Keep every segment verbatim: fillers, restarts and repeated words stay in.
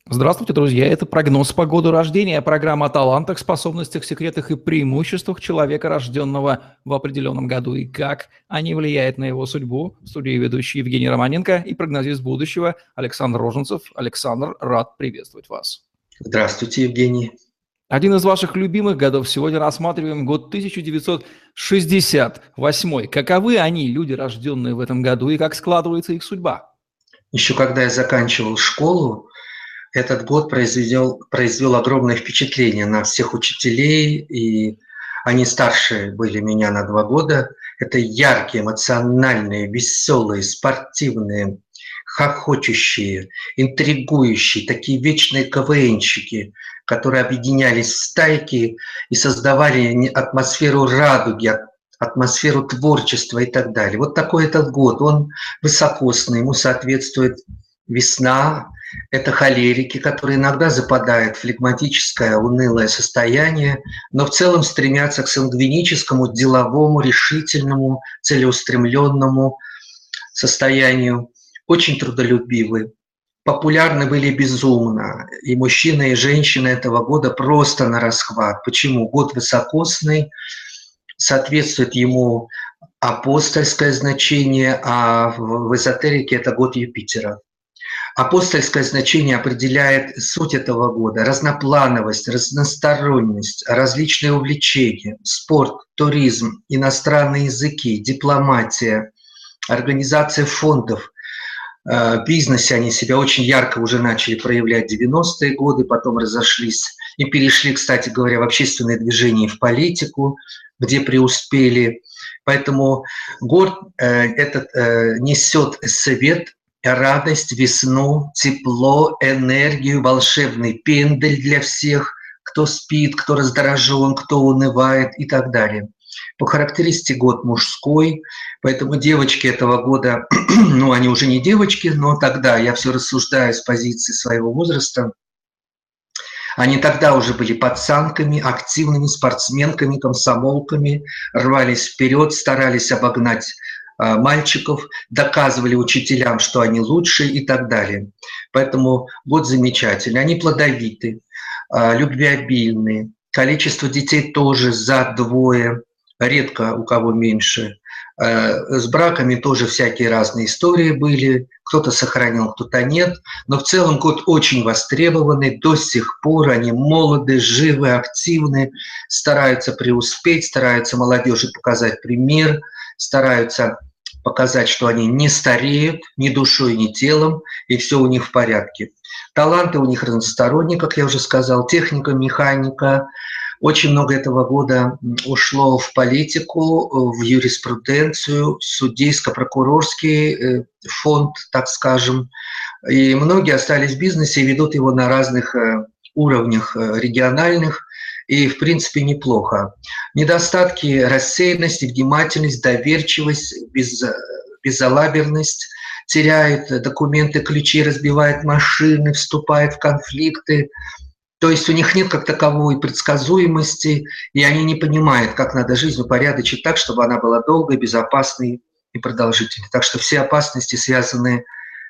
Здравствуйте, друзья! Это прогноз по году рождения, программа о талантах, способностях, секретах и преимуществах человека, рожденного в определенном году, и как они влияют на его судьбу. В студии ведущий Евгений Романенко и прогнозист будущего Александр Роженцев. Александр, рад приветствовать вас. Здравствуйте, Евгений. Один из ваших любимых годов. Сегодня рассматриваем год тысяча девятьсот шестьдесят восьмой. Каковы они, люди, рожденные в этом году, и как складывается их судьба? Еще когда я заканчивал школу, этот год произвел, произвел огромное впечатление на всех учителей, и они старше были меня на два года. Это яркие, эмоциональные, веселые, спортивные, хохочущие, интригующие, такие вечные КВНщики, которые объединялись в стайки и создавали атмосферу радуги, атмосферу творчества и так далее. Вот такой этот год. Он высокосный, ему соответствует весна. Это холерики, которые иногда западают в флегматическое, унылое состояние, но в целом стремятся к сангвиническому, деловому, решительному, целеустремленному состоянию. Очень трудолюбивы. Популярны были безумно. И мужчины, и женщины этого года просто на расхват. Почему? Год высокосный, соответствует ему апостольское значение, а в эзотерике это год Юпитера. Апостольское значение определяет суть этого года: разноплановость, разносторонность, различные увлечения, спорт, туризм, иностранные языки, дипломатия, организация фондов. В бизнесе они себя очень ярко уже начали проявлять в девяностые годы, потом разошлись и перешли, кстати говоря, в общественные движения и в политику, где преуспели. Поэтому год этот несет свет, радость, весну, тепло, энергию, волшебный пендель для всех, кто спит, кто раздражен, кто унывает и так далее. По характеристике год мужской, поэтому девочки этого года, ну они уже не девочки, но тогда я все рассуждаю с позиции своего возраста, они тогда уже были пацанками, активными спортсменками, комсомолками, рвались вперед, старались обогнать мальчиков, доказывали учителям, что они лучшие и так далее. Поэтому год замечательный. Они плодовиты, любвеобильные, количество детей тоже за двое, редко у кого меньше. С браками тоже всякие разные истории были, кто-то сохранил, кто-то нет, но в целом год очень востребованный, до сих пор они молоды, живы, активны, стараются преуспеть, стараются молодежи показать пример, стараются показать, что они не стареют ни душой, ни телом, и все у них в порядке. Таланты у них разносторонние, как я уже сказал, техника, механика. Очень много этого года ушло в политику, в юриспруденцию, судейско-прокурорский фонд, так скажем. И многие остались в бизнесе и ведут его на разных уровнях региональных. И, в принципе, неплохо. Недостатки: рассеянность, внимательность, доверчивость, без, безалаберность, теряет документы, ключи, разбивает машины, вступает в конфликты. То есть у них нет как таковой предсказуемости, и они не понимают, как надо жизнь упорядочить так, чтобы она была долгой, безопасной и продолжительной. Так что все опасности связаны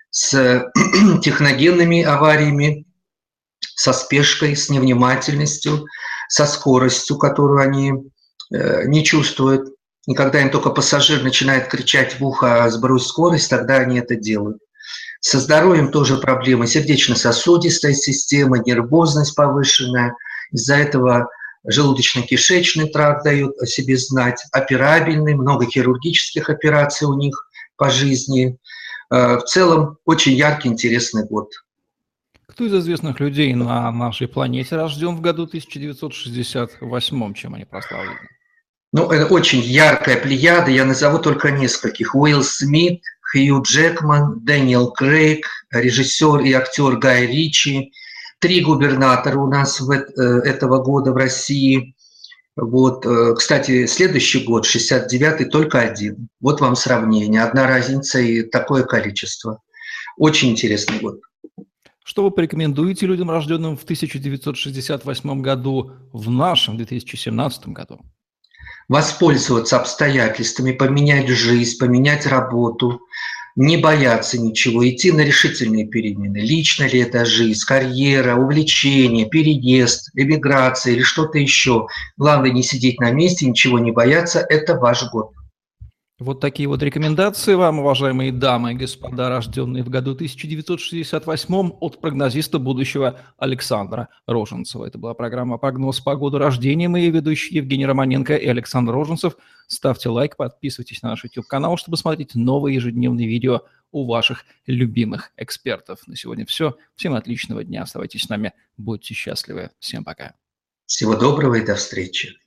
с техногенными авариями, со спешкой, с невнимательностью, со скоростью, которую они э, не чувствуют. И когда им только пассажир начинает кричать в ухо «сбрось скорость», тогда они это делают. Со здоровьем тоже проблемы. Сердечно-сосудистая система, нервозность повышенная. Из-за этого желудочно-кишечный тракт дает о себе знать. Операбельный, много хирургических операций у них по жизни. Э, в целом очень яркий, интересный год. Кто из известных людей на нашей планете рожден в году тысяча девятьсот шестьдесят восьмом, чем они прославлены? Ну, это очень яркая плеяда, я назову только нескольких. Уилл Смит, Хью Джекман, Дэниел Крейг, режиссер и актер Гай Ричи, три губернатора у нас в этого года в России. Вот, кстати, следующий год, шестьдесят девятый, только один. Вот вам сравнение, одна разница и такое количество. Очень интересный год. Что вы порекомендуете людям, рожденным в тысяча девятьсот шестьдесят восьмом году, в нашем две тысячи семнадцатом году? Воспользоваться обстоятельствами, поменять жизнь, поменять работу, не бояться ничего, идти на решительные перемены. Лично ли это жизнь, карьера, увлечение, переезд, эмиграция или что-то еще. Главное не сидеть на месте, ничего не бояться. Это ваш год. Вот такие вот рекомендации вам, уважаемые дамы и господа, рожденные в году тысяча девятьсот шестьдесят восьмом, от прогнозиста будущего Александра Роженцева. Это была программа «Прогноз по году рождения». Мы ее ведущие Евгений Романенко и Александр Роженцев. Ставьте лайк, подписывайтесь на наш YouTube-канал, чтобы смотреть новые ежедневные видео у ваших любимых экспертов. На сегодня все. Всем отличного дня. Оставайтесь с нами. Будьте счастливы. Всем пока. Всего доброго и до встречи.